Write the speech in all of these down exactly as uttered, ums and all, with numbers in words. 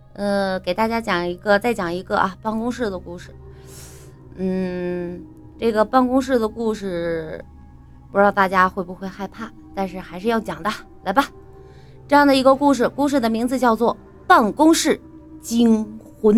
呃，给大家讲一个，再讲一个啊，办公室的故事。嗯，这个办公室的故事，不知道大家会不会害怕，但是还是要讲的，来吧。这样的一个故事，故事的名字叫做《办公室惊魂》。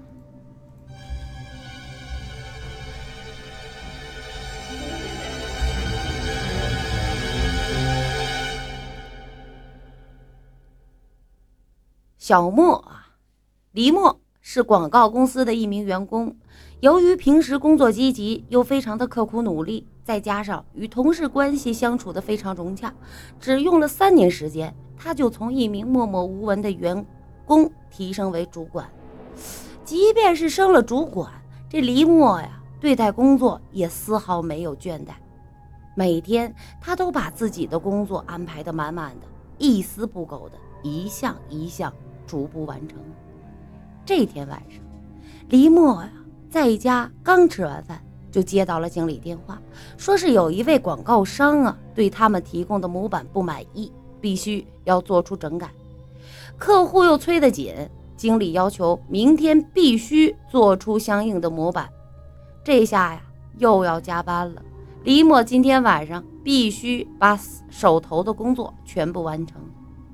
小莫啊，李默是广告公司的一名员工。由于平时工作积极，又非常的刻苦努力，再加上与同事关系相处的非常融洽，只用了三年时间，他就从一名默默无闻的员工提升为主管。即便是升了主管，这李默呀，对待工作也丝毫没有倦怠。每天他都把自己的工作安排得满满的，一丝不苟的一项一项逐步完成。这天晚上，李默呀在家刚吃完饭，就接到了经理电话，说是有一位广告商啊对他们提供的模板不满意，必须要做出整改。客户又催得紧，经理要求明天必须做出相应的模板。这下呀又要加班了，李默今天晚上必须把手头的工作全部完成。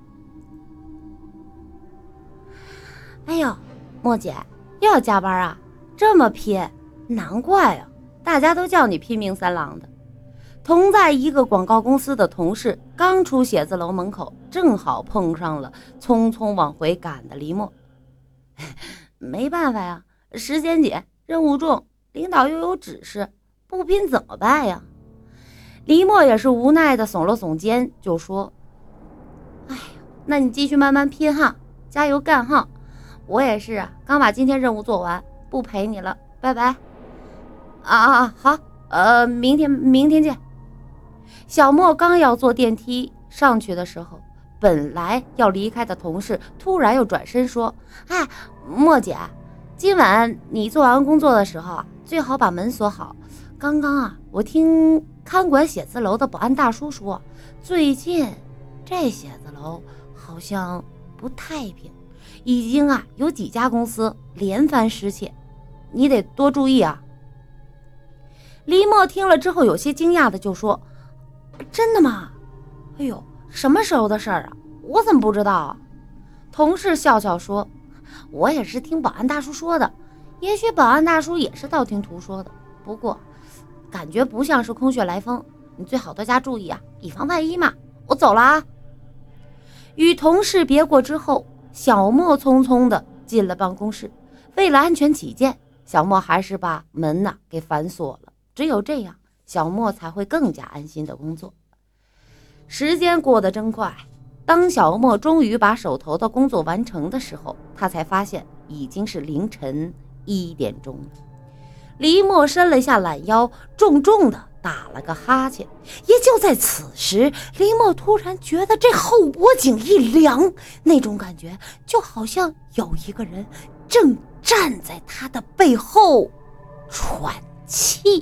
哎呦，莫姐又要加班啊？这么拼，难怪啊，大家都叫你拼命三郎的。同在一个广告公司的同事刚出写字楼门口，正好碰上了匆匆往回赶的李默。没办法呀，时间紧，任务重，领导又有指示，不拼怎么办呀？李默也是无奈的耸了耸肩，就说：哎呀，那你继续慢慢拼哈，加油干哈。我也是啊，刚把今天任务做完，不陪你了，拜拜。啊啊啊，好，呃，明天明天见。小莫刚要坐电梯上去的时候，本来要离开的同事突然又转身说：哎，莫姐，今晚你做完工作的时候啊，最好把门锁好。刚刚啊，我听看管写字楼的保安大叔说，最近这写字楼好像不太平，已经啊有几家公司连番失窃，你得多注意啊。李默听了之后有些惊讶的就说：真的吗？哎呦，什么时候的事儿啊？我怎么不知道啊？同事笑笑说：我也是听保安大叔说的，也许保安大叔也是道听途说的，不过感觉不像是空穴来风，你最好多加注意啊，以防万一嘛。我走了啊。与同事别过之后，小莫匆匆的进了办公室。为了安全起见，小莫还是把门呐给反锁了，只有这样小莫才会更加安心的工作。时间过得真快，当小莫终于把手头的工作完成的时候，他才发现已经是凌晨一点钟了。李默伸了下懒腰，重重的打了个哈欠。也就在此时，李默突然觉得这后脖颈一凉，那种感觉就好像有一个人正站在他的背后喘气。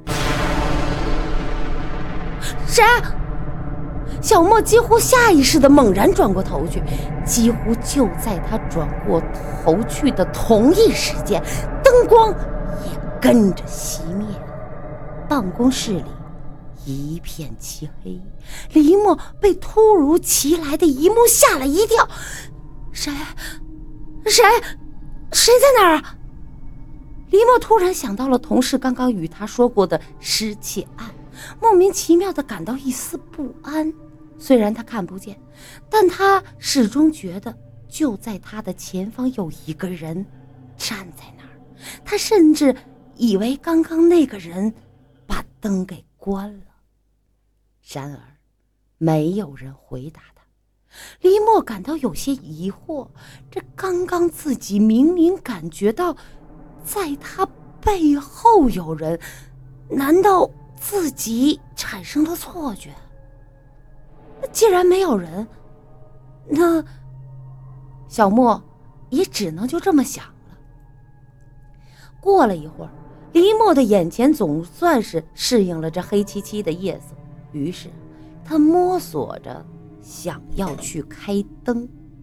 谁？小莫几乎下意识地猛然转过头去，几乎就在他转过头去的同一时间，灯光也跟着熄灭了。办公室里一片漆黑，李默被突如其来的一幕吓了一跳。谁？谁？谁在哪儿啊？李默突然想到了同事刚刚与他说过的失窃案，莫名其妙地感到一丝不安。虽然他看不见，但他始终觉得就在他的前方有一个人站在那儿。他甚至以为刚刚那个人把灯给关了。然而没有人回答他。李默感到有些疑惑，这刚刚自己明明感觉到在他背后有人，难道自己产生了错觉？既然没有人，那小莫也只能就这么想了。过了一会儿，李默的眼前总算是适应了这黑漆漆的夜色，于是他摸索着想要去开灯。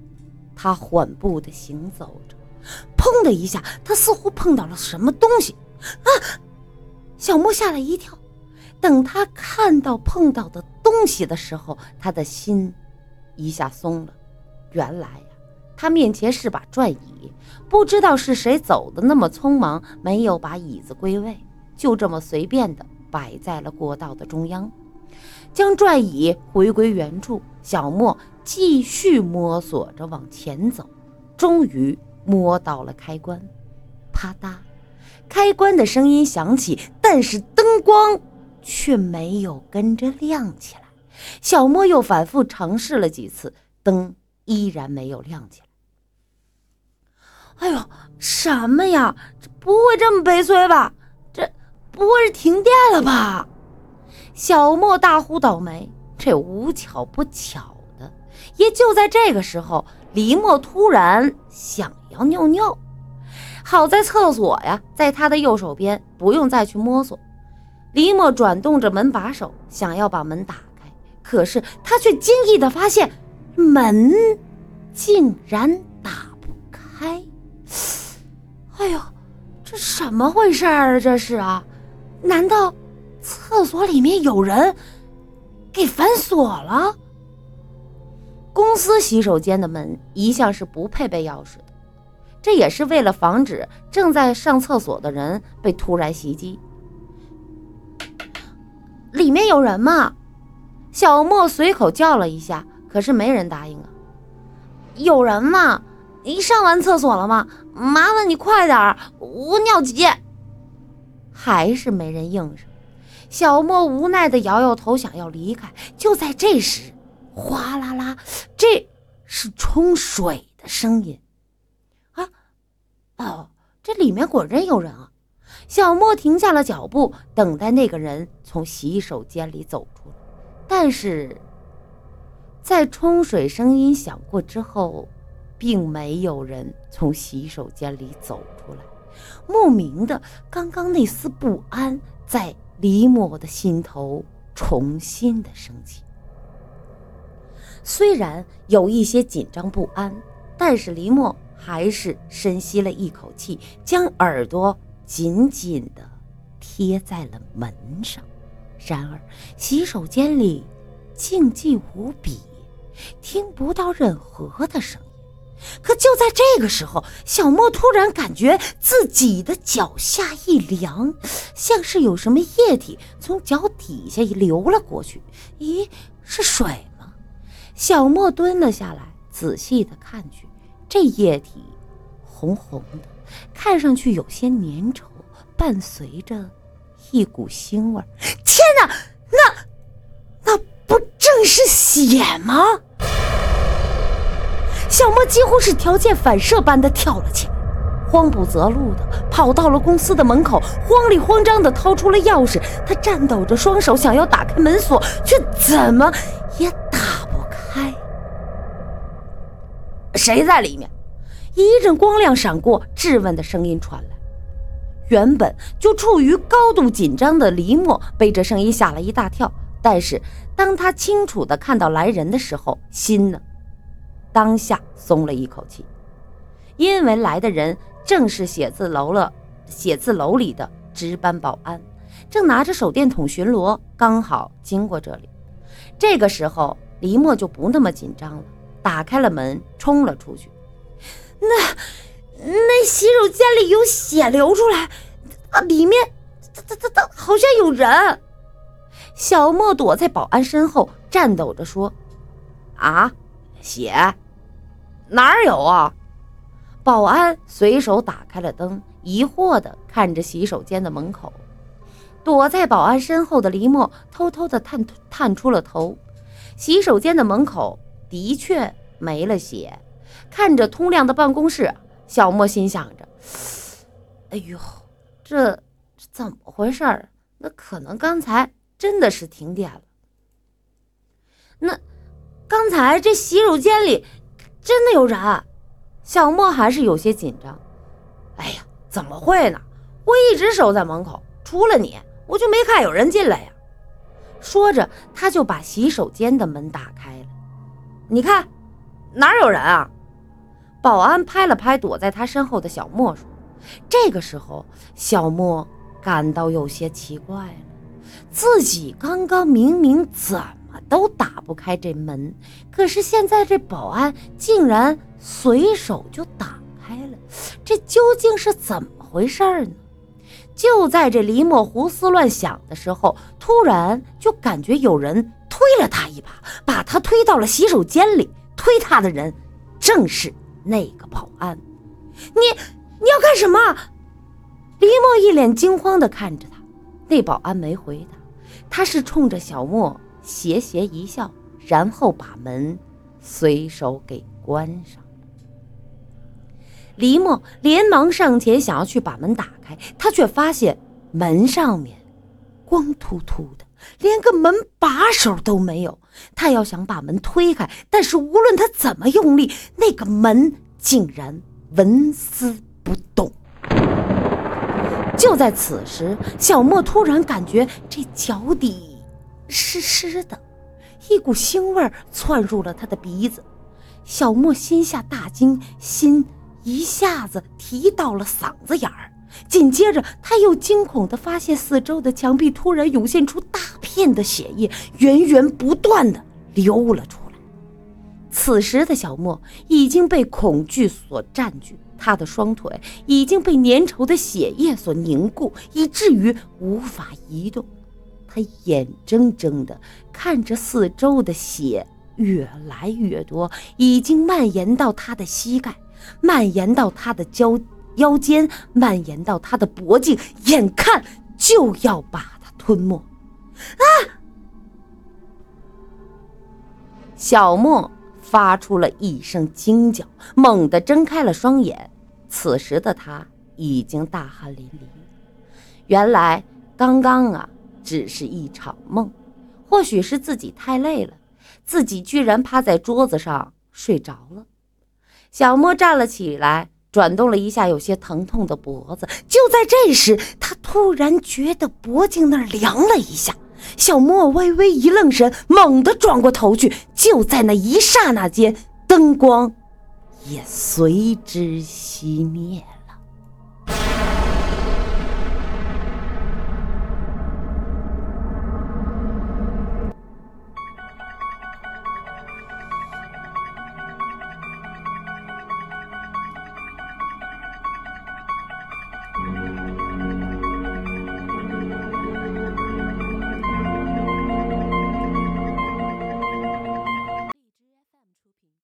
他缓步地行走着，砰的一下，他似乎碰到了什么东西啊！小莫吓了一跳，等他看到碰到的东西的时候，他的心一下松了。原来呀，他面前是把转椅，不知道是谁走的那么匆忙，没有把椅子归位，就这么随便的摆在了过道的中央。将转椅回归原处，小莫继续摸索着往前走，终于摸到了开关。啪嗒，开关的声音响起，但是灯光却没有跟着亮起来。小莫又反复尝试了几次，灯依然没有亮起来。哎呦，什么呀？这不会这么悲催吧？这不会是停电了吧？小莫大呼倒霉。这无巧不巧的，也就在这个时候，黎墨突然想要尿尿。好在厕所呀，在他的右手边，不用再去摸索。黎墨转动着门把手，想要把门打开，可是他却惊异地发现，门竟然打不开。哎呦，这什么回事儿啊？这是啊？难道厕所里面有人给反锁了？公司洗手间的门一向是不配备钥匙的，这也是为了防止正在上厕所的人被突然袭击。里面有人吗？小莫随口叫了一下，可是没人答应啊。有人吗？你上完厕所了吗？麻烦你快点，我尿急。还是没人应上。小莫无奈地摇摇头，想要离开。就在这时，哗啦啦，这是冲水的声音啊！哦，这里面果真有人啊！小莫停下了脚步，等待那个人从洗手间里走出来。但是在冲水声音响过之后，并没有人从洗手间里走出来。莫名的，刚刚那丝不安在黎墨的心头重新的升起。虽然有一些紧张不安，但是黎墨还是深吸了一口气，将耳朵紧紧地贴在了门上。然而洗手间里静寂无比，听不到任何的声音。可就在这个时候，小莫突然感觉自己的脚下一凉，像是有什么液体从脚底下流了过去。咦，是水吗？小莫蹲了下来，仔细的看去，这液体红红的，看上去有些粘稠，伴随着一股腥味。天哪，那那不正是血吗？小莫几乎是条件反射般的跳了起来，慌不择路的跑到了公司的门口，慌里慌张的掏出了钥匙。他颤抖着双手想要打开门锁，却怎么也打不开。谁在里面？一阵光亮闪过，质问的声音传来。原本就处于高度紧张的黎墨被这声音吓了一大跳，但是当他清楚地看到来人的时候，心呢当下松了一口气，因为来的人正是写字楼了写字楼里的值班保安，正拿着手电筒巡逻，刚好经过这里。这个时候黎墨就不那么紧张了，打开了门，冲了出去。那那洗手间里有血流出来啊，里面他他他他好像有人。小莫躲在保安身后，颤抖着说：啊，血哪儿有啊？保安随手打开了灯，疑惑地看着洗手间的门口。躲在保安身后的黎墨偷偷地探探出了头，洗手间的门口的确没了血。看着通亮的办公室，小莫心想着：哎呦，这这怎么回事儿？那可能刚才真的是停电了。那刚才这洗手间里真的有人？小莫还是有些紧张。哎呀，怎么会呢？我一直守在门口，除了你，我就没看有人进来呀。说着，他就把洗手间的门打开了。你看，哪有人啊？ 保安拍了拍躲在他身后的小莫说。这个时候，小莫感到有些奇怪了，自己刚刚明明怎么都打不开这门，可是现在这保安竟然随手就打开了，这究竟是怎么回事呢？就在这李默胡思乱想的时候，突然就感觉有人推了他一把，把他推到了洗手间里。推他的人正是那个保安。你你要干什么？李默一脸惊慌地看着他。那保安没回答，他是冲着小莫斜斜一笑，然后把门随手给关上。李默连忙上前想要去把门打开，他却发现门上面光秃秃的，连个门把手都没有。他要想把门推开，但是无论他怎么用力，那个门竟然纹丝不动。就在此时，小莫突然感觉这脚底湿湿的，一股腥味窜入了他的鼻子。小莫心下大惊，心一下子提到了嗓子眼儿。紧接着他又惊恐地发现四周的墙壁突然涌现出大片的血液，源源不断地流了出来。此时的小莫已经被恐惧所占据，他的双腿已经被粘稠的血液所凝固，以至于无法移动。他眼睁睁地看着四周的血越来越多，已经蔓延到他的膝盖，蔓延到他的腰腰间，蔓延到他的脖颈，眼看就要把他吞没。啊！小莫发出了一声惊叫，猛地睁开了双眼。此时的他已经大汗淋漓。原来刚刚啊，只是一场梦，或许是自己太累了，自己居然趴在桌子上睡着了。小莫站了起来，转动了一下有些疼痛的脖子。就在这时，他突然觉得脖颈那儿凉了一下。小莫微微一愣神，猛地转过头去。就在那一刹那间，灯光也随之熄灭了。